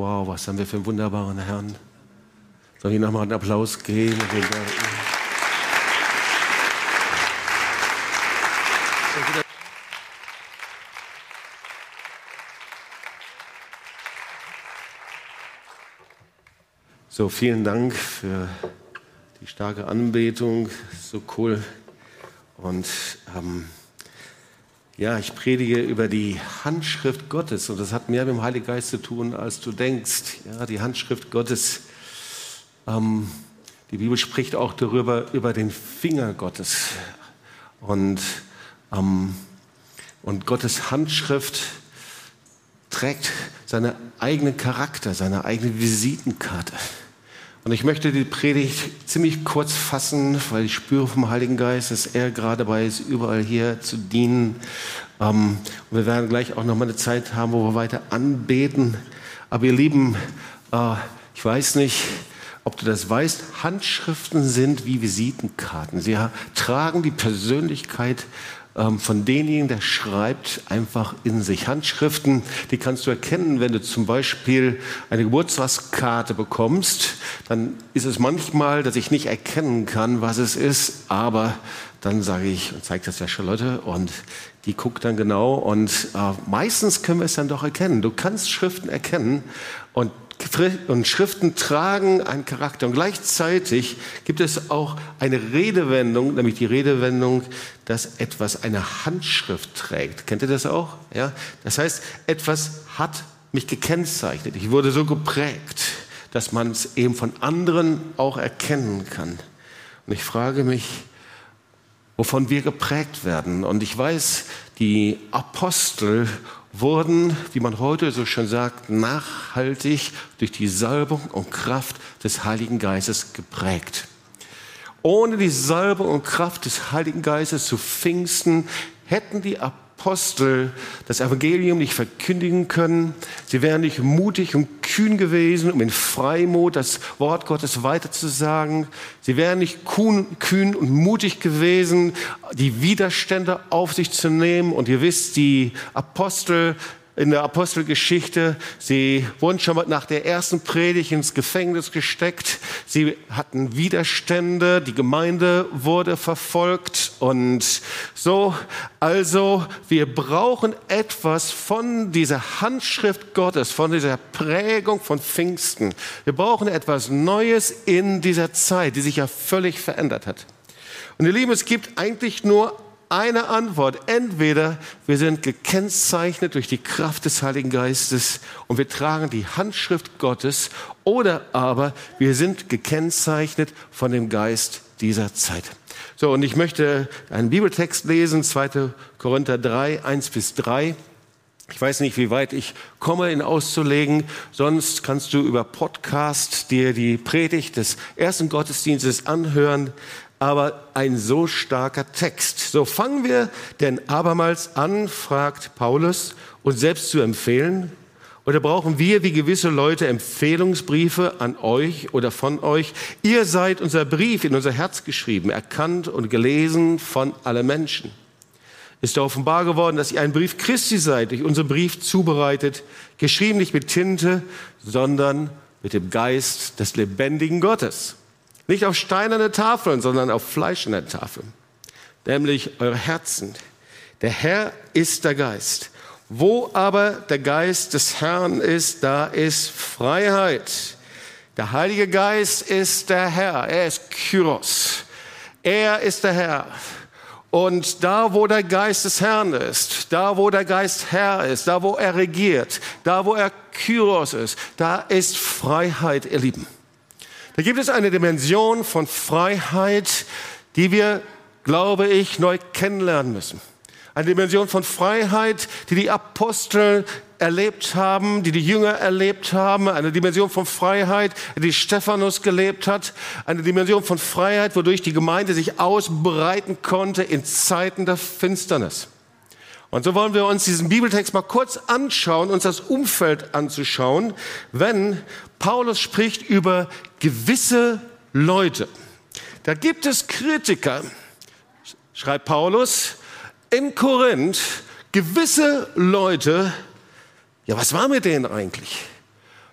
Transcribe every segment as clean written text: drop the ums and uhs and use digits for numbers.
Wow, was haben wir für einen wunderbaren Herrn. Soll ich nochmal einen Applaus geben? So, vielen Dank für die starke Anbetung. So cool. Und ja, ich predige über die Handschrift Gottes. Und das hat mehr mit dem Heiligen Geist zu tun, als du denkst. Ja, die Handschrift Gottes. Die Bibel spricht auch darüber, über den Finger Gottes. Und Gottes Handschrift trägt seinen eigenen Charakter, seine eigene Visitenkarte. Und ich möchte die Predigt ziemlich kurz fassen, weil ich spüre vom Heiligen Geist, dass er gerade dabei ist, überall hier zu dienen. Und wir werden gleich auch noch mal eine Zeit haben, wo wir weiter anbeten. Aber ihr Lieben, ich weiß nicht, ob du das weißt, Handschriften sind wie Visitenkarten. Sie tragen die Persönlichkeit von denjenigen, der schreibt, einfach in sich. Handschriften, die kannst du erkennen, wenn du zum Beispiel eine Geburtstagskarte bekommst, dann ist es manchmal, dass ich nicht erkennen kann, was es ist, aber dann sage ich und zeige das der Charlotte und die guckt dann genau und meistens können wir es dann doch erkennen. Du kannst Schriften erkennen und Schriften tragen einen Charakter. Und gleichzeitig gibt es auch eine Redewendung, nämlich die Redewendung, dass etwas eine Handschrift trägt. Kennt ihr das auch? Ja? Das heißt, etwas hat mich gekennzeichnet. Ich wurde so geprägt, dass man es eben von anderen auch erkennen kann. Und ich frage mich, wovon wir geprägt werden. Und ich weiß, die Apostel wurden, wie man heute so schön sagt, nachhaltig durch die Salbung und Kraft des Heiligen Geistes geprägt. Ohne die Salbung und Kraft des Heiligen Geistes zu Pfingsten hätten die Apostel das Evangelium nicht verkündigen können. Sie wären nicht mutig und kühn gewesen, um in Freimut das Wort Gottes weiterzusagen. Sie wären nicht kühn und mutig gewesen, die Widerstände auf sich zu nehmen. Und ihr wisst, die Apostel in der Apostelgeschichte, sie wurden schon mal nach der ersten Predigt ins Gefängnis gesteckt. Sie hatten Widerstände, die Gemeinde wurde verfolgt und so. Also wir brauchen etwas von dieser Handschrift Gottes, von dieser Prägung von Pfingsten. Wir brauchen etwas Neues in dieser Zeit, die sich ja völlig verändert hat. Und ihr Lieben, es gibt eigentlich nur eine Antwort. Entweder wir sind gekennzeichnet durch die Kraft des Heiligen Geistes und wir tragen die Handschrift Gottes, oder aber wir sind gekennzeichnet von dem Geist dieser Zeit. So, und ich möchte einen Bibeltext lesen, 2. Korinther 3, 1-3. Ich weiß nicht, wie weit ich komme, ihn auszulegen. Sonst kannst du über Podcast dir die Predigt des ersten Gottesdienstes anhören. Aber ein so starker Text. So, fangen wir denn abermals an, fragt Paulus, uns selbst zu empfehlen? Oder brauchen wir wie gewisse Leute Empfehlungsbriefe an euch oder von euch? Ihr seid unser Brief in unser Herz geschrieben, erkannt und gelesen von allen Menschen. Ist ja offenbar geworden, dass ihr ein Brief Christi seid, durch unseren Brief zubereitet, geschrieben nicht mit Tinte, sondern mit dem Geist des lebendigen Gottes. Nicht auf steinerne Tafeln, sondern auf fleischerne Tafeln, nämlich eure Herzen. Der Herr ist der Geist. Wo aber der Geist des Herrn ist, da ist Freiheit. Der Heilige Geist ist der Herr, er ist Kyros. Er ist der Herr. Und da, wo der Geist des Herrn ist, da, wo der Geist Herr ist, da, wo er regiert, da, wo er Kyros ist, da ist Freiheit, ihr Lieben. Da gibt es eine Dimension von Freiheit, die wir, glaube ich, neu kennenlernen müssen. Eine Dimension von Freiheit, die die Apostel erlebt haben, die die Jünger erlebt haben. Eine Dimension von Freiheit, die Stephanus gelebt hat. Eine Dimension von Freiheit, wodurch die Gemeinde sich ausbreiten konnte in Zeiten der Finsternis. Und so wollen wir uns diesen Bibeltext mal kurz anschauen, uns das Umfeld anzuschauen, wenn Paulus spricht über gewisse Leute. Da gibt es Kritiker, schreibt Paulus, in Korinth, gewisse Leute, ja, was war mit denen eigentlich?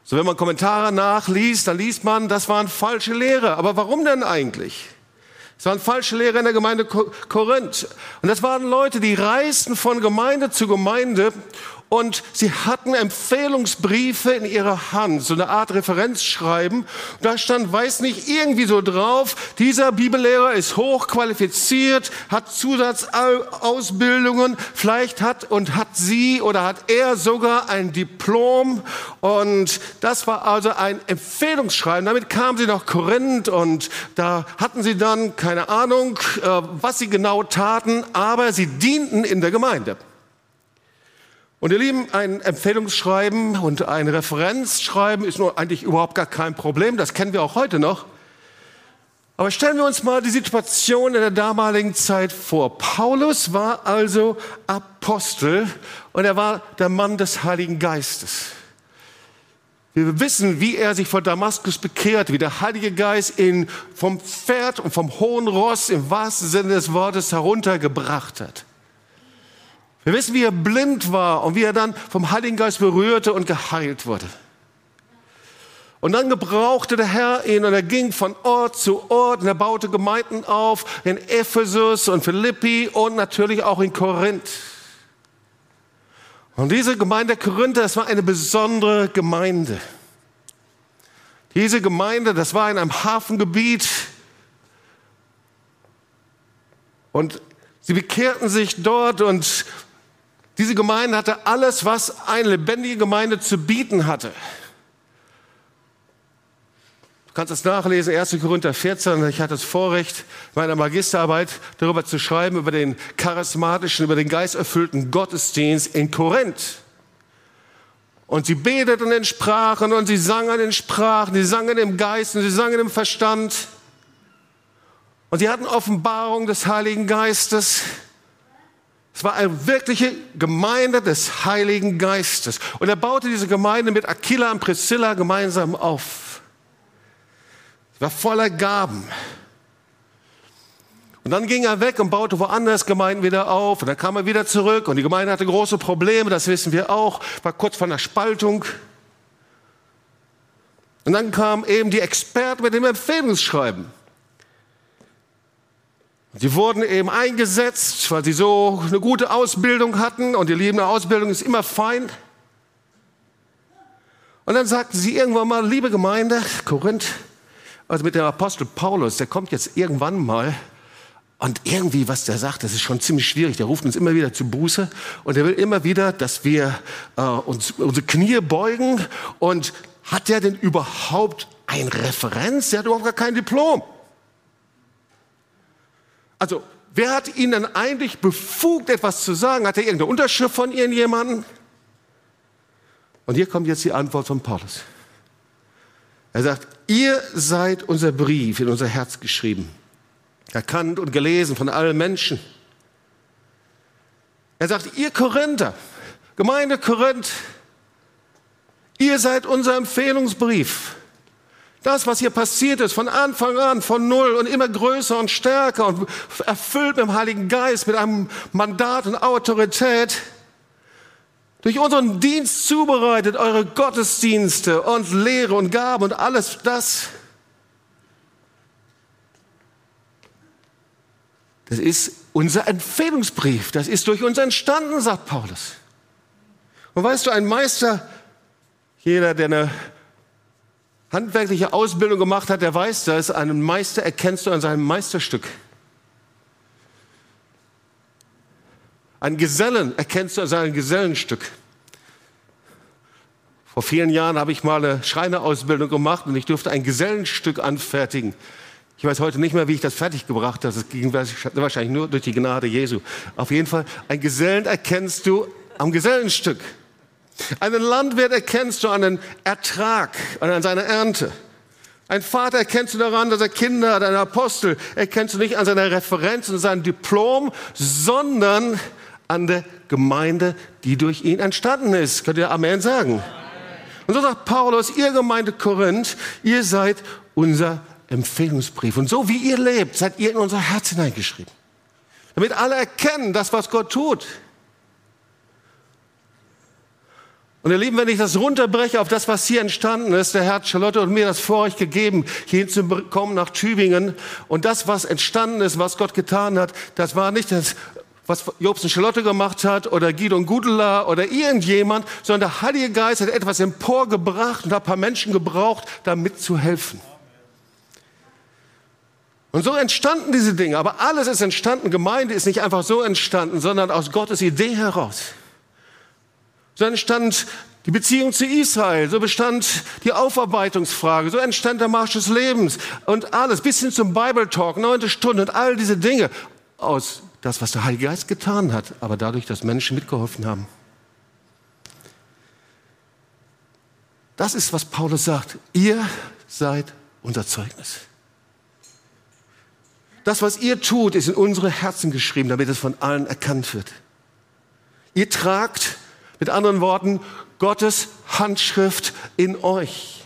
So, wenn man Kommentare nachliest, dann liest man, das waren falsche Lehre. Aber warum denn eigentlich? Es waren falsche Lehre in der Gemeinde Korinth. Und das waren Leute, die reisten von Gemeinde zu Gemeinde und sie hatten Empfehlungsbriefe in ihrer Hand, so eine Art Referenzschreiben. Und da stand, weiß nicht, irgendwie so drauf, dieser Bibellehrer ist hochqualifiziert, hat Zusatzausbildungen, vielleicht hat sie oder hat er sogar ein Diplom. Und das war also ein Empfehlungsschreiben. Damit kamen sie nach Korinth und da hatten sie dann keine Ahnung, was sie genau taten, aber sie dienten in der Gemeinde. Und ihr Lieben, ein Empfehlungsschreiben und ein Referenzschreiben ist nur eigentlich überhaupt gar kein Problem. Das kennen wir auch heute noch. Aber stellen wir uns mal die Situation in der damaligen Zeit vor. Paulus war also Apostel und er war der Mann des Heiligen Geistes. Wir wissen, wie er sich vor Damaskus bekehrte, wie der Heilige Geist ihn vom Pferd und vom hohen Ross im wahrsten Sinne des Wortes heruntergebracht hat. Wir wissen, wie er blind war und wie er dann vom Heiligen Geist berührte und geheilt wurde. Und dann gebrauchte der Herr ihn und er ging von Ort zu Ort und er baute Gemeinden auf in Ephesus und Philippi und natürlich auch in Korinth. Und diese Gemeinde Korinther, das war eine besondere Gemeinde. Diese Gemeinde, das war in einem Hafengebiet und sie bekehrten sich dort und diese Gemeinde hatte alles, was eine lebendige Gemeinde zu bieten hatte. Du kannst das nachlesen, 1. Korinther 14. Ich hatte das Vorrecht, meiner Magisterarbeit darüber zu schreiben, über den charismatischen, über den geisterfüllten Gottesdienst in Korinth. Und sie beteten in Sprachen und sie sangen in Sprachen, sie sangen im Geist und sie sangen im Verstand. Und sie hatten Offenbarung des Heiligen Geistes. Es war eine wirkliche Gemeinde des Heiligen Geistes. Und er baute diese Gemeinde mit Aquila und Priscilla gemeinsam auf. Sie war voller Gaben. Und dann ging er weg und baute woanders Gemeinden wieder auf. Und dann kam er wieder zurück und die Gemeinde hatte große Probleme, das wissen wir auch. War kurz vor einer Spaltung. Und dann kamen eben die Experten mit dem Empfehlungsschreiben. Sie wurden eben eingesetzt, weil sie so eine gute Ausbildung hatten. Und ihr Lieben, eine Ausbildung ist immer fein. Und dann sagten sie irgendwann mal, liebe Gemeinde, Korinth, also mit dem Apostel Paulus, der kommt jetzt irgendwann mal. Und irgendwie, was der sagt, das ist schon ziemlich schwierig. Der ruft uns immer wieder zu Buße. Und er will immer wieder, dass wir uns unsere Knie beugen. Und hat der denn überhaupt eine Referenz? Der hat überhaupt gar kein Diplom. Also, wer hat ihn denn eigentlich befugt, etwas zu sagen? Hat er irgendeine Unterschrift von irgendjemandem? Und hier kommt jetzt die Antwort von Paulus. Er sagt, ihr seid unser Brief in unser Herz geschrieben, erkannt und gelesen von allen Menschen. Er sagt, ihr Korinther, Gemeinde Korinth, ihr seid unser Empfehlungsbrief. Das, was hier passiert ist, von Anfang an, von Null und immer größer und stärker und erfüllt mit dem Heiligen Geist, mit einem Mandat und Autorität, durch unseren Dienst zubereitet, eure Gottesdienste und Lehre und Gaben und alles das. Das ist unser Empfehlungsbrief, das ist durch uns entstanden, sagt Paulus. Und weißt du, ein Meister, jeder, der eine handwerkliche Ausbildung gemacht hat, der weiß das, einen Meister erkennst du an seinem Meisterstück. Einen Gesellen erkennst du an seinem Gesellenstück. Vor vielen Jahren habe ich mal eine Schreinerausbildung gemacht und ich durfte ein Gesellenstück anfertigen. Ich weiß heute nicht mehr, wie ich das fertiggebracht habe. Das ging wahrscheinlich nur durch die Gnade Jesu. Auf jeden Fall, ein Gesellen erkennst du am Gesellenstück. Einen Landwirt erkennst du an den Ertrag und an seiner Ernte. Ein Vater erkennst du daran, dass er Kinder hat, ein Apostel erkennst du nicht an seiner Referenz und seinem Diplom, sondern an der Gemeinde, die durch ihn entstanden ist. Könnt ihr Amen sagen? Und so sagt Paulus, ihr Gemeinde Korinth, ihr seid unser Empfehlungsbrief. Und so wie ihr lebt, seid ihr in unser Herz hineingeschrieben. Damit alle erkennen, das, was Gott tut. Und ihr Lieben, wenn ich das runterbreche auf das, was hier entstanden ist, der Herr hat Charlotte und mir das vor euch gegeben, hier hinzukommen nach Tübingen. Und das, was entstanden ist, was Gott getan hat, das war nicht das, was Jobs und Charlotte gemacht hat oder Guido und Gudela oder irgendjemand, sondern der Heilige Geist hat etwas emporgebracht und hat ein paar Menschen gebraucht, da mitzuhelfen. Und so entstanden diese Dinge. Aber alles ist entstanden. Gemeinde ist nicht einfach so entstanden, sondern aus Gottes Idee heraus. So entstand die Beziehung zu Israel, so bestand die Aufarbeitungsfrage, so entstand der Marsch des Lebens und alles, bis hin zum Bible Talk, 9. Stunde und all diese Dinge aus das, was der Heilige Geist getan hat, aber dadurch, dass Menschen mitgeholfen haben. Das ist, was Paulus sagt. Ihr seid unser Zeugnis. Das, was ihr tut, ist in unsere Herzen geschrieben, damit es von allen erkannt wird. Ihr tragt, mit anderen Worten, Gottes Handschrift in euch.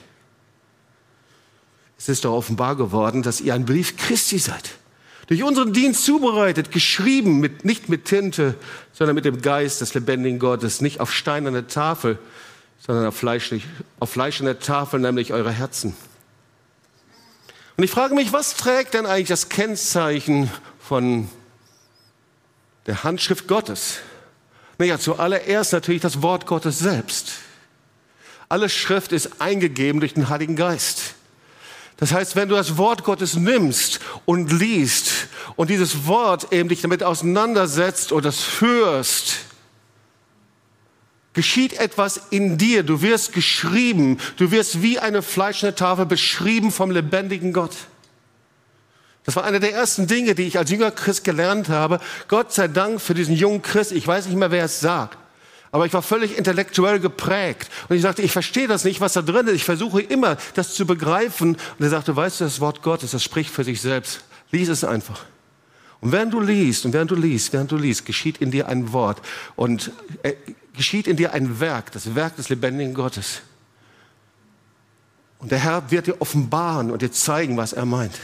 Es ist doch offenbar geworden, dass ihr ein Brief Christi seid. Durch unseren Dienst zubereitet, geschrieben, nicht mit Tinte, sondern mit dem Geist des lebendigen Gottes. Nicht auf steinerne Tafel, sondern auf fleischender Tafel, nämlich eure Herzen. Und ich frage mich, was trägt denn eigentlich das Kennzeichen von der Handschrift Gottes? Naja, zuallererst natürlich das Wort Gottes selbst. Alle Schrift ist eingegeben durch den Heiligen Geist. Das heißt, wenn du das Wort Gottes nimmst und liest und dieses Wort eben dich damit auseinandersetzt und das hörst, geschieht etwas in dir. Du wirst geschrieben, du wirst wie eine fleischende Tafel beschrieben vom lebendigen Gott. Das war eine der ersten Dinge, die ich als junger Christ gelernt habe. Gott sei Dank für diesen jungen Christ. Ich weiß nicht mehr, wer es sagt. Aber ich war völlig intellektuell geprägt. Und ich sagte, ich verstehe das nicht, was da drin ist. Ich versuche immer, das zu begreifen. Und er sagte, weißt du, das Wort Gottes, das spricht für sich selbst. Lies es einfach. Und während du liest, geschieht in dir ein Wort. Und geschieht in dir ein Werk, das Werk des lebendigen Gottes. Und der Herr wird dir offenbaren und dir zeigen, was er meint.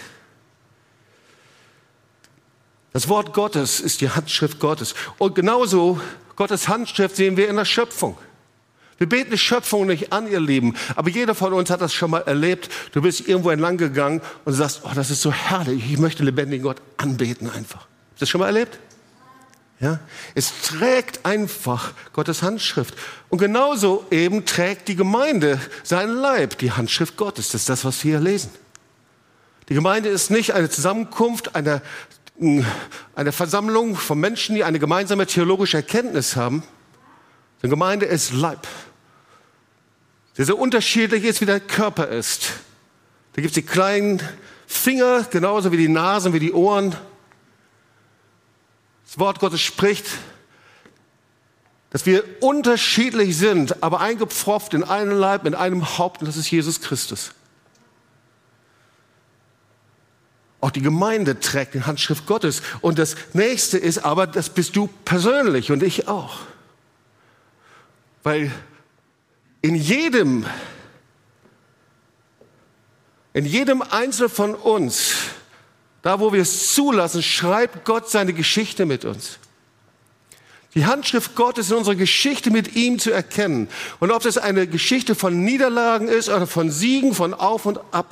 Das Wort Gottes ist die Handschrift Gottes. Und genauso Gottes Handschrift sehen wir in der Schöpfung. Wir beten die Schöpfung nicht an, ihr Lieben. Aber jeder von uns hat das schon mal erlebt. Du bist irgendwo entlang gegangen und sagst, oh, das ist so herrlich. Ich möchte den lebendigen Gott anbeten einfach. Hast du das schon mal erlebt? Ja? Es trägt einfach Gottes Handschrift. Und genauso eben trägt die Gemeinde seinen Leib, die Handschrift Gottes. Das ist das, was wir hier lesen. Die Gemeinde ist nicht eine Zusammenkunft, eine Versammlung von Menschen, die eine gemeinsame theologische Erkenntnis haben. Die Gemeinde ist Leib, der so unterschiedlich ist, wie der Körper ist. Da gibt es die kleinen Finger, genauso wie die Nasen, wie die Ohren. Das Wort Gottes spricht, dass wir unterschiedlich sind, aber eingepfropft in einen Leib, in einem Haupt, und das ist Jesus Christus. Auch die Gemeinde trägt die Handschrift Gottes. Und das Nächste ist aber, das bist du persönlich und ich auch. Weil in jedem Einzelnen von uns, da wo wir es zulassen, schreibt Gott seine Geschichte mit uns. Die Handschrift Gottes ist in unserer Geschichte mit ihm zu erkennen. Und ob das eine Geschichte von Niederlagen ist oder von Siegen, von Auf und Ab.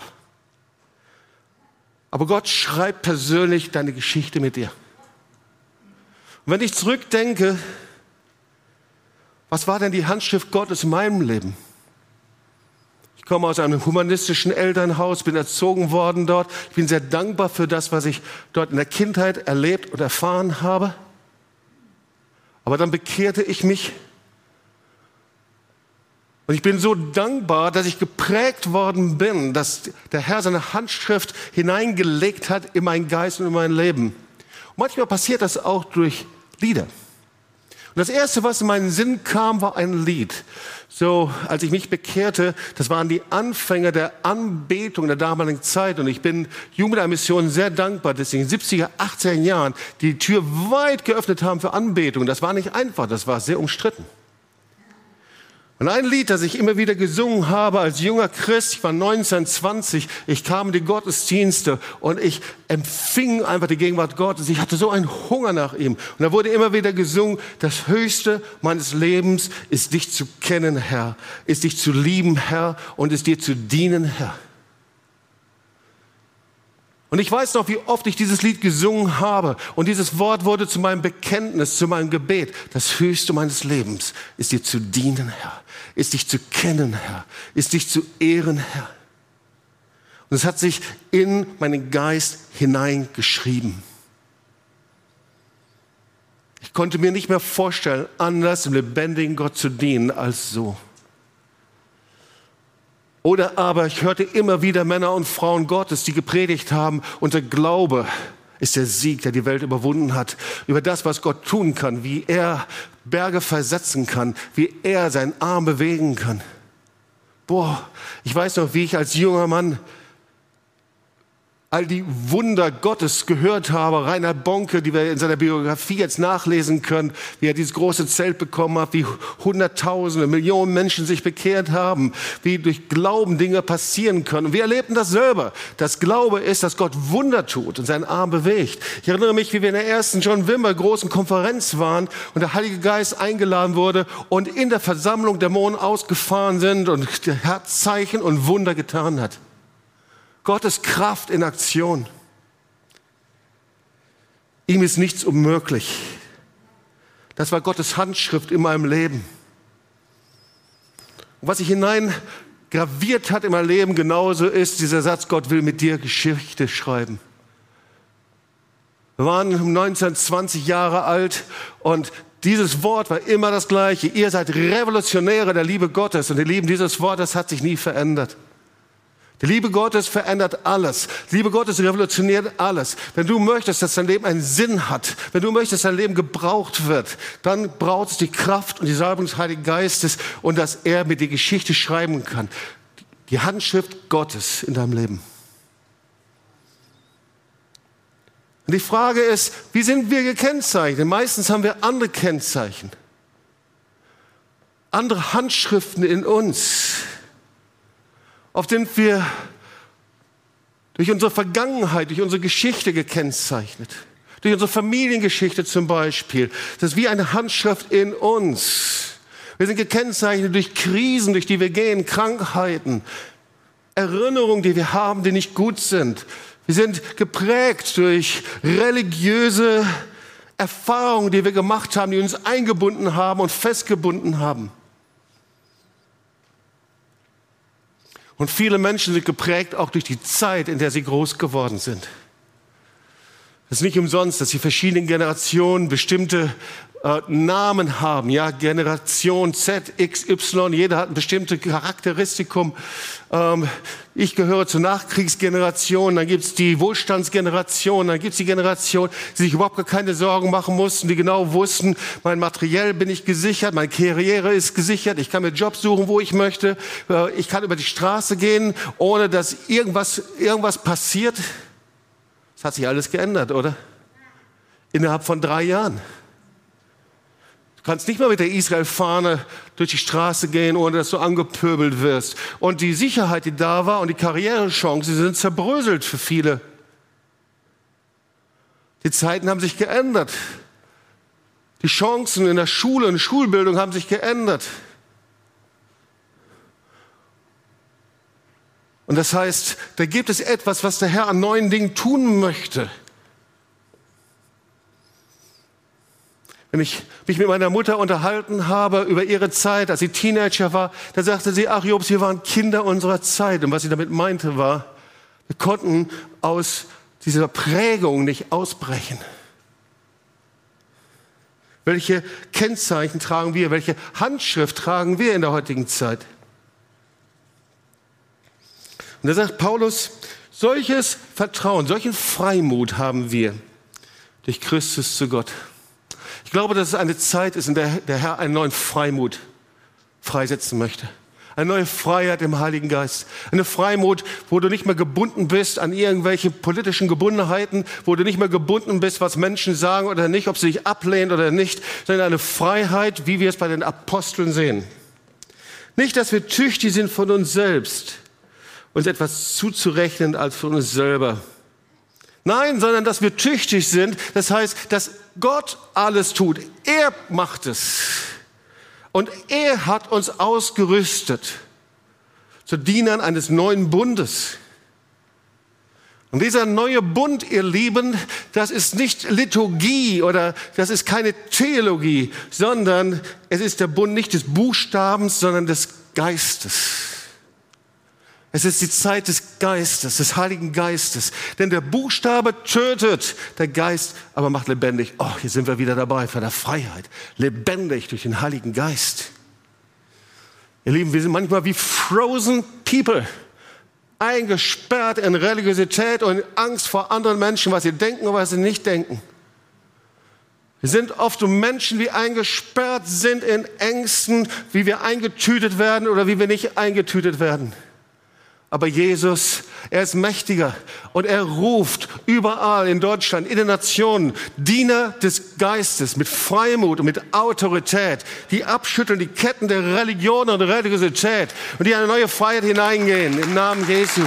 Aber Gott schreibt persönlich deine Geschichte mit dir. Und wenn ich zurückdenke, was war denn die Handschrift Gottes in meinem Leben? Ich komme aus einem humanistischen Elternhaus, bin erzogen worden dort. Ich bin sehr dankbar für das, was ich dort in der Kindheit erlebt und erfahren habe. Aber dann bekehrte ich mich. Und ich bin so dankbar, dass ich geprägt worden bin, dass der Herr seine Handschrift hineingelegt hat in meinen Geist und in mein Leben. Und manchmal passiert das auch durch Lieder. Und das Erste, was in meinen Sinn kam, war ein Lied. So, als ich mich bekehrte, das waren die Anfänge der Anbetung der damaligen Zeit. Und ich bin Jugend der Mission sehr dankbar, dass sie in den 70er, 80er Jahren die Tür weit geöffnet haben für Anbetung. Das war nicht einfach, das war sehr umstritten. Und ein Lied, das ich immer wieder gesungen habe als junger Christ, ich war 19, 20, ich kam in die Gottesdienste und ich empfing einfach die Gegenwart Gottes. Ich hatte so einen Hunger nach ihm. Und da wurde immer wieder gesungen, das Höchste meines Lebens ist dich zu kennen, Herr, ist dich zu lieben, Herr, und ist dir zu dienen, Herr. Und ich weiß noch, wie oft ich dieses Lied gesungen habe. Und dieses Wort wurde zu meinem Bekenntnis, zu meinem Gebet. Das Höchste meines Lebens ist dir zu dienen, Herr. Ist dich zu kennen, Herr. Ist dich zu ehren, Herr. Und es hat sich in meinen Geist hineingeschrieben. Ich konnte mir nicht mehr vorstellen, anders dem lebendigen Gott zu dienen als so. Oder aber ich hörte immer wieder Männer und Frauen Gottes, die gepredigt haben, und der Glaube ist der Sieg, der die Welt überwunden hat, über das, was Gott tun kann, wie er Berge versetzen kann, wie er seinen Arm bewegen kann. Ich weiß noch, wie ich als junger Mann all die Wunder Gottes gehört habe. Reinhard Bonke, die wir in seiner Biografie jetzt nachlesen können, wie er dieses große Zelt bekommen hat, wie Hunderttausende, Millionen Menschen sich bekehrt haben, wie durch Glauben Dinge passieren können. Und wir erlebten das selber. Das Glaube ist, dass Gott Wunder tut und seinen Arm bewegt. Ich erinnere mich, wie wir in der ersten John Wimber großen Konferenz waren und der Heilige Geist eingeladen wurde und in der Versammlung Dämonen ausgefahren sind und der Herr Zeichen und Wunder getan hat. Gottes Kraft in Aktion. Ihm ist nichts unmöglich. Das war Gottes Handschrift in meinem Leben. Und was sich hineingraviert hat in mein Leben, genauso ist dieser Satz, Gott will mit dir Geschichte schreiben. Wir waren 19, 20 Jahre alt und dieses Wort war immer das Gleiche. Ihr seid Revolutionäre der Liebe Gottes. Und ihr Lieben, dieses Wort, das hat sich nie verändert. Die Liebe Gottes verändert alles. Die Liebe Gottes revolutioniert alles. Wenn du möchtest, dass dein Leben einen Sinn hat, wenn du möchtest, dass dein Leben gebraucht wird, dann braucht es die Kraft und die Salbung des Heiligen Geistes und dass er mit dir Geschichte schreiben kann. Die Handschrift Gottes in deinem Leben. Und die Frage ist, wie sind wir gekennzeichnet? Meistens haben wir andere Kennzeichen. Andere Handschriften in uns. Oft sind wir durch unsere Vergangenheit, durch unsere Geschichte gekennzeichnet. Durch unsere Familiengeschichte zum Beispiel. Das ist wie eine Handschrift in uns. Wir sind gekennzeichnet durch Krisen, durch die wir gehen, Krankheiten, Erinnerungen, die wir haben, die nicht gut sind. Wir sind geprägt durch religiöse Erfahrungen, die wir gemacht haben, die uns eingebunden haben und festgebunden haben. Und viele Menschen sind geprägt auch durch die Zeit, in der sie groß geworden sind. Es ist nicht umsonst, dass die verschiedenen Generationen bestimmte Namen haben. Ja, Generation Z, X, Y, jeder hat ein bestimmtes Charakteristikum. Ich gehöre zur Nachkriegsgeneration, dann gibt es die Wohlstandsgeneration, dann gibt es die Generation, die sich überhaupt gar keine Sorgen machen mussten, die genau wussten, mein Materiell bin ich gesichert, meine Karriere ist gesichert, ich kann mir Jobs suchen, wo ich möchte, ich kann über die Straße gehen, ohne dass irgendwas passiert. Das hat sich alles geändert, oder? Innerhalb von 3 Jahren. Du kannst nicht mal mit der Israel-Fahne durch die Straße gehen, ohne dass du angepöbelt wirst. Und die Sicherheit, die da war und die Karrierechancen, die sind zerbröselt für viele. Die Zeiten haben sich geändert. Die Chancen in der Schule und Schulbildung haben sich geändert. Und das heißt, da gibt es etwas, was der Herr an neuen Dingen tun möchte. Wenn ich mich mit meiner Mutter unterhalten habe über ihre Zeit, als sie Teenager war, da sagte sie, ach Jobs, wir waren Kinder unserer Zeit. Und was sie damit meinte war, wir konnten aus dieser Prägung nicht ausbrechen. Welche Kennzeichen tragen wir? Welche Handschrift tragen wir in der heutigen Zeit? Und da sagt Paulus, solches Vertrauen, solchen Freimut haben wir durch Christus zu Gott. Ich glaube, dass es eine Zeit ist, in der der Herr einen neuen Freimut freisetzen möchte. Eine neue Freiheit im Heiligen Geist. Eine Freimut, wo du nicht mehr gebunden bist an irgendwelche politischen Gebundenheiten, wo du nicht mehr gebunden bist, was Menschen sagen oder nicht, ob sie dich ablehnen oder nicht, sondern eine Freiheit, wie wir es bei den Aposteln sehen. Nicht, dass wir tüchtig sind von uns selbst, uns etwas zuzurechnen als von uns selber. Nein, sondern dass wir tüchtig sind, das heißt, dass Gott alles tut. Er macht es. Und er hat uns ausgerüstet zu Dienern eines neuen Bundes. Und dieser neue Bund, ihr Lieben, das ist nicht Liturgie oder das ist keine Theologie, sondern es ist der Bund nicht des Buchstabens, sondern des Geistes. Es ist die Zeit des Geistes, des Heiligen Geistes. Denn der Buchstabe tötet, der Geist aber macht lebendig. Oh, hier sind wir wieder dabei für der Freiheit. Lebendig durch den Heiligen Geist. Ihr Lieben, wir sind manchmal wie frozen people. Eingesperrt in Religiosität und in Angst vor anderen Menschen, was sie denken und was sie nicht denken. Wir sind oft so Menschen, die eingesperrt sind in Ängsten, wie wir eingetütet werden oder wie wir nicht eingetütet werden. Aber Jesus, er ist mächtiger und er ruft überall in Deutschland, in den Nationen, Diener des Geistes mit Freimut und mit Autorität, die abschütteln die Ketten der Religion und der Religiosität und die in eine neue Freiheit hineingehen, im Namen Jesu.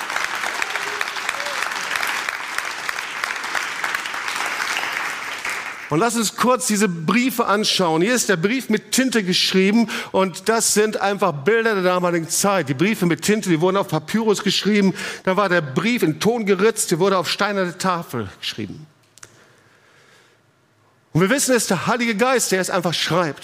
Und lass uns kurz diese Briefe anschauen. Hier ist der Brief mit Tinte geschrieben und das sind einfach Bilder der damaligen Zeit. Die Briefe mit Tinte, die wurden auf Papyrus geschrieben. Da war der Brief in Ton geritzt, der wurde auf steinerne Tafel geschrieben. Und wir wissen, es ist der Heilige Geist, der es einfach schreibt.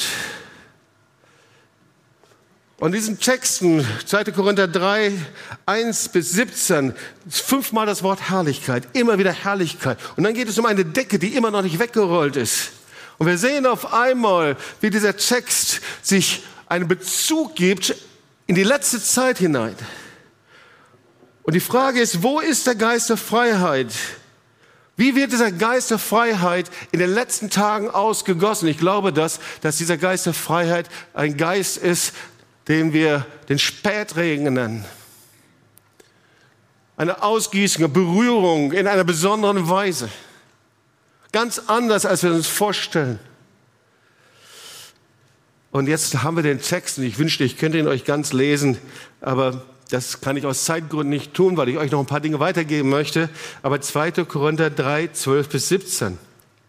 Und diesen Texten, 2. Korinther 3, 1 bis 17, ist 5-mal das Wort Herrlichkeit, immer wieder Herrlichkeit. Und dann geht es um eine Decke, die immer noch nicht weggerollt ist. Und wir sehen auf einmal, wie dieser Text sich einen Bezug gibt in die letzte Zeit hinein. Und die Frage ist, wo ist der Geist der Freiheit? Wie wird dieser Geist der Freiheit in den letzten Tagen ausgegossen? Ich glaube, dass dieser Geist der Freiheit ein Geist ist, den wir den Spätregen nennen. Eine Ausgießung, eine Berührung in einer besonderen Weise. Ganz anders, als wir uns vorstellen. Und jetzt haben wir den Text, und ich wünschte, ich könnte ihn euch ganz lesen, aber das kann ich aus Zeitgründen nicht tun, weil ich euch noch ein paar Dinge weitergeben möchte. Aber 2. Korinther 3, 12 bis 17.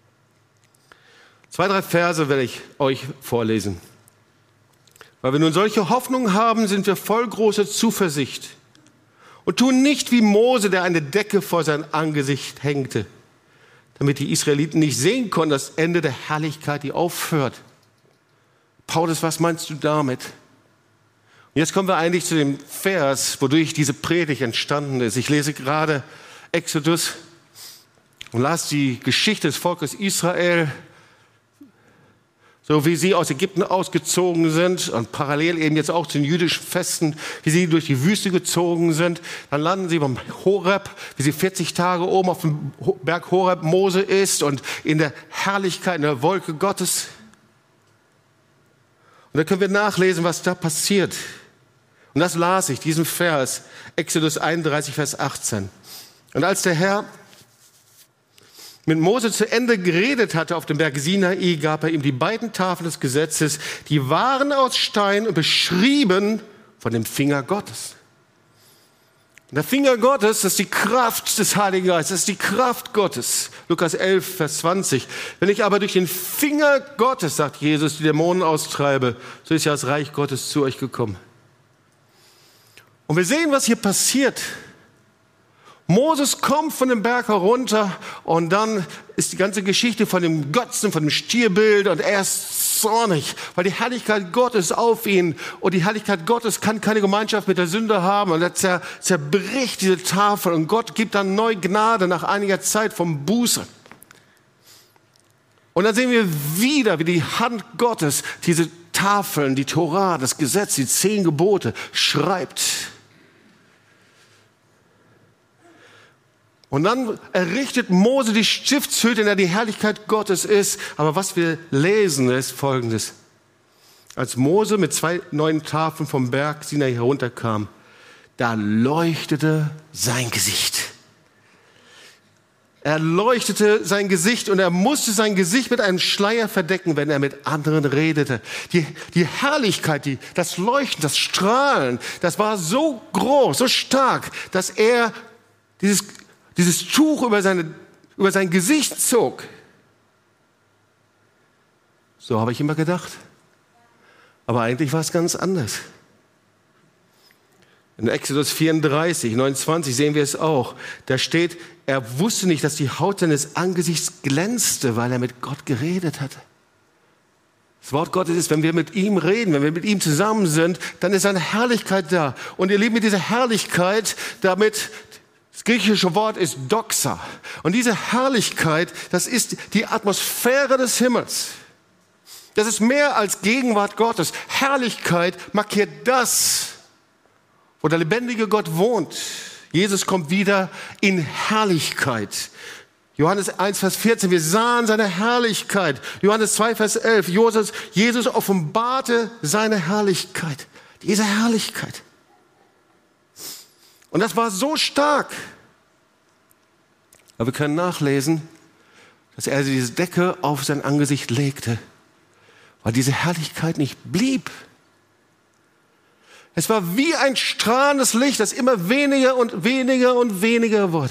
2, 3 Verse werde ich euch vorlesen. Weil wir nun solche Hoffnung haben, sind wir voll großer Zuversicht und tun nicht wie Mose, der eine Decke vor sein Angesicht hängte, damit die Israeliten nicht sehen konnten, das Ende der Herrlichkeit, die aufhört. Paulus, was meinst du damit? Und jetzt kommen wir eigentlich zu dem Vers, wodurch diese Predigt entstanden ist. Ich lese gerade Exodus und las die Geschichte des Volkes Israel, so wie sie aus Ägypten ausgezogen sind und parallel eben jetzt auch zu den jüdischen Festen, wie sie durch die Wüste gezogen sind. Dann landen sie beim Horeb, wie sie 40 Tage oben auf dem Berg Horeb Mose ist und in der Herrlichkeit, in der Wolke Gottes. Und da können wir nachlesen, was da passiert. Und das las ich, diesen Vers, Exodus 31, Vers 18. Und als der Herr mit Mose zu Ende geredet hatte auf dem Berg Sinai, gab er ihm die beiden Tafeln des Gesetzes, die waren aus Stein und beschrieben von dem Finger Gottes. Und der Finger Gottes, das ist die Kraft des Heiligen Geistes, das ist die Kraft Gottes. Lukas 11, Vers 20. Wenn ich aber durch den Finger Gottes, sagt Jesus, die Dämonen austreibe, so ist ja das Reich Gottes zu euch gekommen. Und wir sehen, was hier passiert. Moses kommt von dem Berg herunter und dann ist die ganze Geschichte von dem Götzen, von dem Stierbild und er ist zornig, weil die Herrlichkeit Gottes auf ihn und die Herrlichkeit Gottes kann keine Gemeinschaft mit der Sünde haben und er zerbricht diese Tafel und Gott gibt dann neu Gnade nach einiger Zeit vom Buße. Und dann sehen wir wieder, wie die Hand Gottes diese Tafeln, die Tora, das Gesetz, die 10 Gebote schreibt. Und dann errichtet Mose die Stiftshütte, in der die Herrlichkeit Gottes ist. Aber was wir lesen, ist Folgendes. Als Mose mit 2 neuen Tafeln vom Berg Sinai herunterkam, da leuchtete sein Gesicht. Er leuchtete sein Gesicht und er musste sein Gesicht mit einem Schleier verdecken, wenn er mit anderen redete. Die Herrlichkeit, das Leuchten, das Strahlen, das war so groß, so stark, dass er dieses Tuch über sein Gesicht zog. So habe ich immer gedacht. Aber eigentlich war es ganz anders. In Exodus 34, 29 sehen wir es auch. Da steht, er wusste nicht, dass die Haut seines Angesichts glänzte, weil er mit Gott geredet hatte. Das Wort Gottes ist, wenn wir mit ihm reden, wenn wir mit ihm zusammen sind, dann ist seine Herrlichkeit da. Und ihr Lieben, mit dieser Herrlichkeit, das griechische Wort ist Doxa. Und diese Herrlichkeit, das ist die Atmosphäre des Himmels. Das ist mehr als Gegenwart Gottes. Herrlichkeit markiert das, wo der lebendige Gott wohnt. Jesus kommt wieder in Herrlichkeit. Johannes 1, Vers 14, wir sahen seine Herrlichkeit. Johannes 2, Vers 11, Jesus offenbarte seine Herrlichkeit. Diese Herrlichkeit. Und das war so stark. Aber wir können nachlesen, dass er diese Decke auf sein Angesicht legte, weil diese Herrlichkeit nicht blieb. Es war wie ein strahlendes Licht, das immer weniger und weniger und weniger wurde.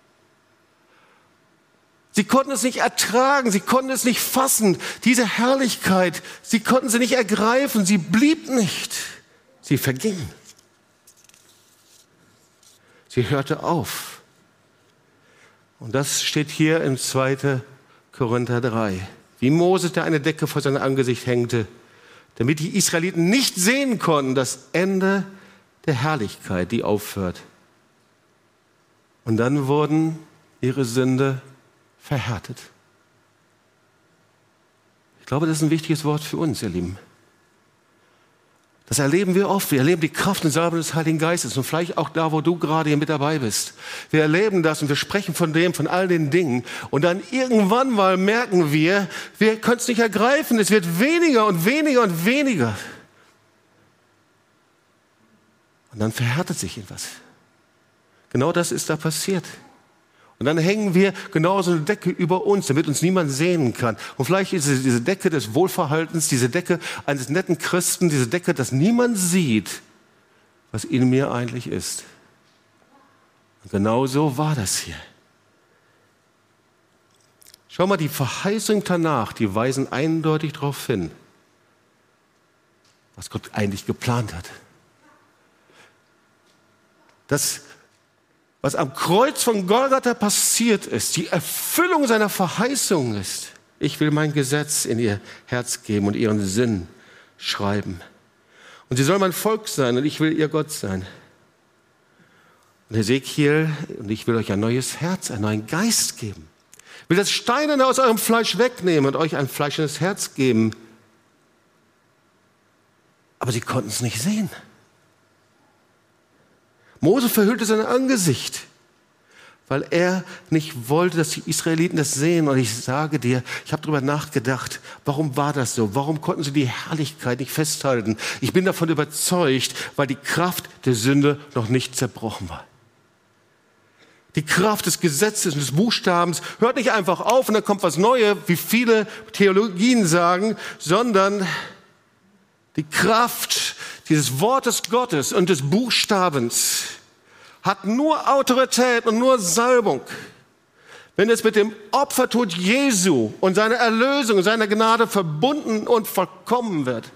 Sie konnten es nicht ertragen, sie konnten es nicht fassen. Diese Herrlichkeit, sie konnten sie nicht ergreifen, sie blieb nicht. Sie verging. Sie hörte auf. Und das steht hier in 2. Korinther 3. Wie Moses, der eine Decke vor seinem Angesicht hängte, damit die Israeliten nicht sehen konnten, das Ende der Herrlichkeit, die aufhört. Und dann wurden ihre Sünde verhärtet. Ich glaube, das ist ein wichtiges Wort für uns, ihr Lieben. Das erleben wir oft. Wir erleben die Kraft und Salbung des Heiligen Geistes. Und vielleicht auch da, wo du gerade hier mit dabei bist. Wir erleben das und wir sprechen von all den Dingen. Und dann irgendwann mal merken wir können es nicht ergreifen. Es wird weniger und weniger und weniger. Und dann verhärtet sich etwas. Genau das ist da passiert. Und dann hängen wir genauso eine Decke über uns, damit uns niemand sehen kann. Und vielleicht ist es diese Decke des Wohlverhaltens, diese Decke eines netten Christen, diese Decke, dass niemand sieht, was in mir eigentlich ist. Und genau so war das hier. Schau mal, die Verheißungen danach, die weisen eindeutig darauf hin, was Gott eigentlich geplant hat. Das, was am Kreuz von Golgatha passiert ist, die Erfüllung seiner Verheißung ist. Ich will mein Gesetz in ihr Herz geben und ihren Sinn schreiben. Und sie soll mein Volk sein und ich will ihr Gott sein. Und Hesekiel, und ich will euch ein neues Herz, einen neuen Geist geben. Ich will das Steinerne aus eurem Fleisch wegnehmen und euch ein fleischendes Herz geben. Aber sie konnten es nicht sehen. Mose verhüllte sein Angesicht, weil er nicht wollte, dass die Israeliten das sehen. Und ich sage dir, ich habe darüber nachgedacht, warum war das so? Warum konnten sie die Herrlichkeit nicht festhalten? Ich bin davon überzeugt, weil die Kraft der Sünde noch nicht zerbrochen war. Die Kraft des Gesetzes und des Buchstabens hört nicht einfach auf und dann kommt was Neues, wie viele Theologien sagen, sondern die Kraft dieses Wortes Gottes und des Buchstabens hat nur Autorität und nur Salbung, wenn es mit dem Opfertod Jesu und seiner Erlösung und seiner Gnade verbunden und vollkommen wird.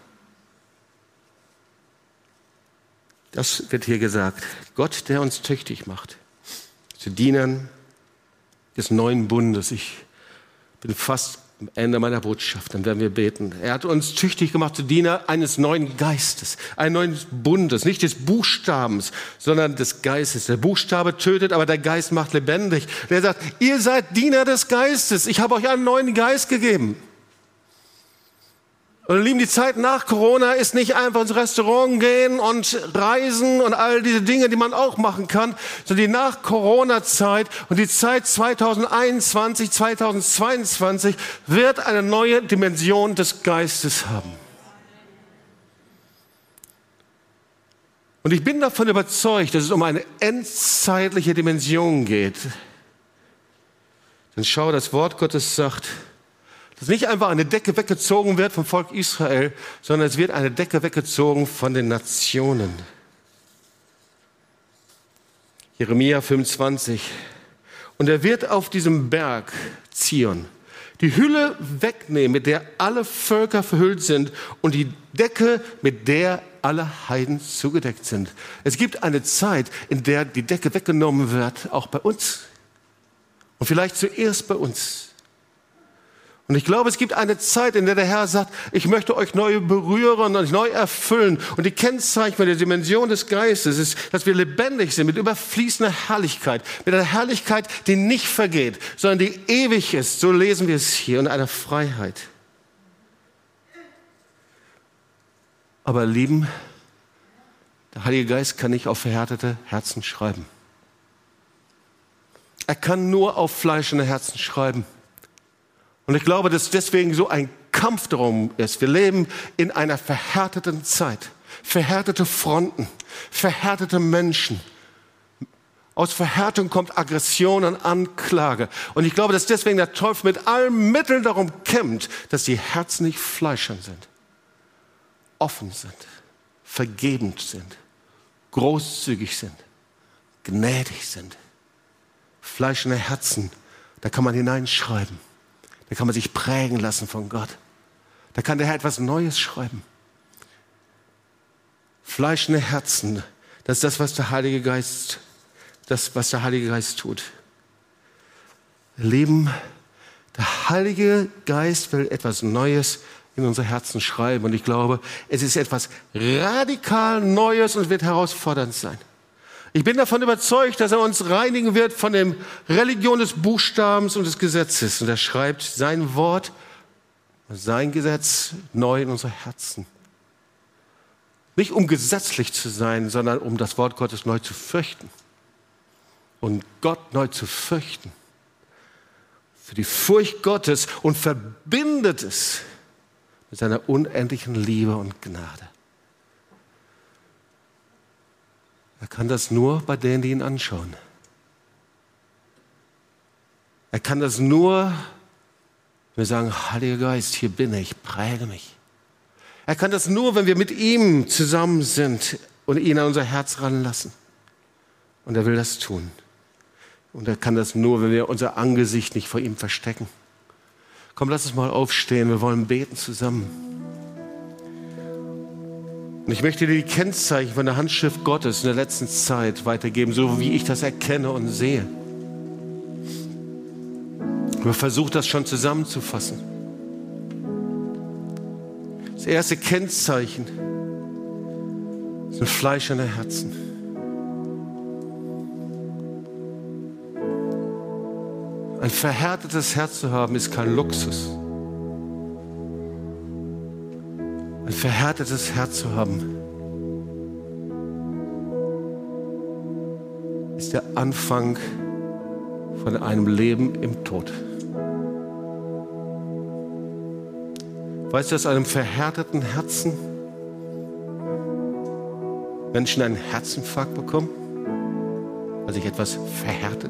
Das wird hier gesagt. Gott, der uns tüchtig macht, zu Dienern des neuen Bundes. Ich bin fast am Ende meiner Botschaft, dann werden wir beten. Er hat uns tüchtig gemacht zu Diener eines neuen Geistes, eines neuen Bundes, nicht des Buchstabens, sondern des Geistes. Der Buchstabe tötet, aber der Geist macht lebendig. Der sagt, ihr seid Diener des Geistes. Ich habe euch einen neuen Geist gegeben. Und Lieben, die Zeit nach Corona ist nicht einfach ins Restaurant gehen und reisen und all diese Dinge, die man auch machen kann, sondern die Nach-Corona-Zeit und die Zeit 2021, 2022 wird eine neue Dimension des Geistes haben. Und ich bin davon überzeugt, dass es um eine endzeitliche Dimension geht. Denn schau, das Wort Gottes sagt, dass nicht einfach eine Decke weggezogen wird vom Volk Israel, sondern es wird eine Decke weggezogen von den Nationen. Jeremia 25. Und er wird auf diesem Berg Zion die Hülle wegnehmen, mit der alle Völker verhüllt sind, und die Decke, mit der alle Heiden zugedeckt sind. Es gibt eine Zeit, in der die Decke weggenommen wird, auch bei uns. Und vielleicht zuerst bei uns. Und ich glaube, es gibt eine Zeit, in der der Herr sagt, ich möchte euch neu berühren und neu erfüllen. Und die Kennzeichen von der Dimension des Geistes ist, dass wir lebendig sind mit überfließender Herrlichkeit. Mit einer Herrlichkeit, die nicht vergeht, sondern die ewig ist. So lesen wir es hier, und einer Freiheit. Aber Lieben, der Heilige Geist kann nicht auf verhärtete Herzen schreiben. Er kann nur auf fleischende Herzen schreiben. Und ich glaube, dass deswegen so ein Kampf darum ist. Wir leben in einer verhärteten Zeit. Verhärtete Fronten, verhärtete Menschen. Aus Verhärtung kommt Aggression und Anklage. Und ich glaube, dass deswegen der Teufel mit allen Mitteln darum kämpft, dass die Herzen nicht fleischern sind, offen sind, vergebend sind, großzügig sind, gnädig sind. Fleischende Herzen, da kann man hineinschreiben. Da kann man sich prägen lassen von Gott. Da kann der Herr etwas Neues schreiben. Fleischende Herzen, das ist das, was der Heilige Geist tut. Lieben, der Heilige Geist will etwas Neues in unsere Herzen schreiben. Und ich glaube, es ist etwas radikal Neues und wird herausfordernd sein. Ich bin davon überzeugt, dass er uns reinigen wird von der Religion des Buchstabens und des Gesetzes. Und er schreibt sein Wort, sein Gesetz neu in unsere Herzen. Nicht um gesetzlich zu sein, sondern um das Wort Gottes neu zu fürchten. Und Gott neu zu fürchten. Für die Furcht Gottes, und verbindet es mit seiner unendlichen Liebe und Gnade. Er kann das nur bei denen, die ihn anschauen. Er kann das nur, wenn wir sagen, Heiliger Geist, hier bin ich, präge mich. Er kann das nur, wenn wir mit ihm zusammen sind und ihn an unser Herz ranlassen. Und er will das tun. Und er kann das nur, wenn wir unser Angesicht nicht vor ihm verstecken. Komm, lass uns mal aufstehen, wir wollen beten zusammen. Und ich möchte dir die Kennzeichen von der Handschrift Gottes in der letzten Zeit weitergeben, so wie ich das erkenne und sehe. Wir versuchen das schon zusammenzufassen. Das erste Kennzeichen sind fleischende Herzen. Ein verhärtetes Herz zu haben, ist kein Luxus. Ein verhärtetes Herz zu haben, ist der Anfang von einem Leben im Tod. Weißt du, dass einem verhärteten Herzen Menschen einen Herzinfarkt bekommen, weil sich etwas verhärtet?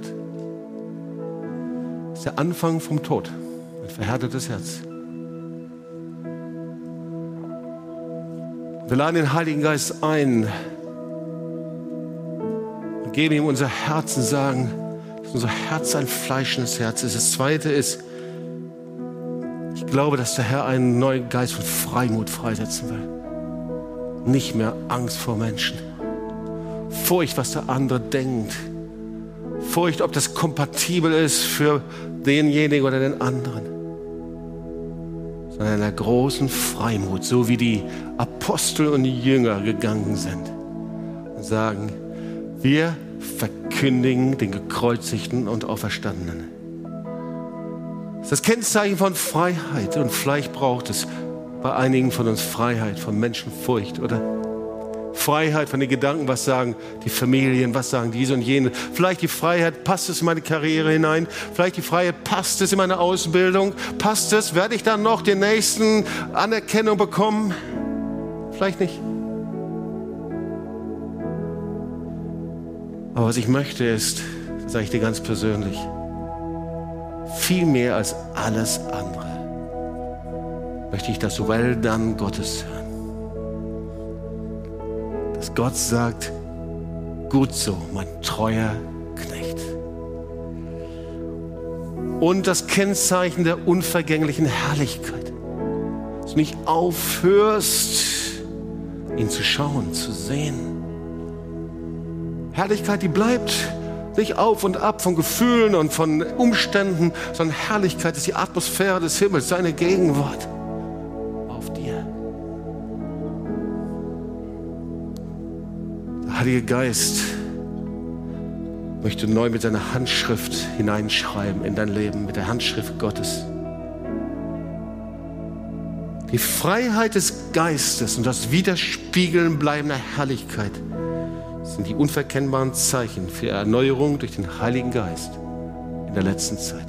Das ist der Anfang vom Tod, ein verhärtetes Herz. Wir laden den Heiligen Geist ein und geben ihm unser Herz und sagen, dass unser Herz ein fleischendes Herz ist. Das Zweite ist, ich glaube, dass der Herr einen neuen Geist von Freimut freisetzen will. Nicht mehr Angst vor Menschen. Furcht, was der andere denkt. Furcht, ob das kompatibel ist für denjenigen oder den anderen. Sondern einer großen Freimut, so wie die Apostel und die Jünger gegangen sind und sagen, wir verkündigen den Gekreuzigten und Auferstandenen. Das ist das Kennzeichen von Freiheit, und vielleicht braucht es bei einigen von uns Freiheit von Menschenfurcht, oder? Freiheit von den Gedanken, was sagen die Familien, was sagen diese und jene. Vielleicht die Freiheit, passt es in meine Karriere hinein? Vielleicht die Freiheit, passt es in meine Ausbildung? Passt es, werde ich dann noch den nächsten Anerkennung bekommen? Vielleicht nicht. Aber was ich möchte ist, das sage ich dir ganz persönlich, viel mehr als alles andere, möchte ich das Well done Gottes hören. Dass Gott sagt, gut so, mein treuer Knecht. Und das Kennzeichen der unvergänglichen Herrlichkeit, dass du nicht aufhörst, ihn zu schauen, zu sehen. Herrlichkeit, die bleibt nicht auf und ab von Gefühlen und von Umständen, sondern Herrlichkeit ist die Atmosphäre des Himmels, seine Gegenwart auf dir. Der Heilige Geist möchte neu mit seiner Handschrift hineinschreiben in dein Leben, mit der Handschrift Gottes. Die Freiheit des Geistes und das Widerspiegeln bleibender Herrlichkeit sind die unverkennbaren Zeichen für Erneuerung durch den Heiligen Geist in der letzten Zeit.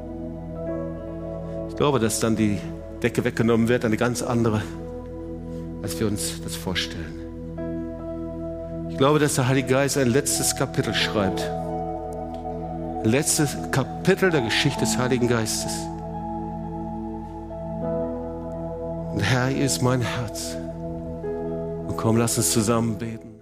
Ich glaube, dass dann die Decke weggenommen wird, eine ganz andere, als wir uns das vorstellen. Ich glaube, dass der Heilige Geist ein letztes Kapitel schreibt. Ein letztes Kapitel der Geschichte des Heiligen Geistes. Und Herr, hier ist mein Herz. Und komm, lass uns zusammen beten.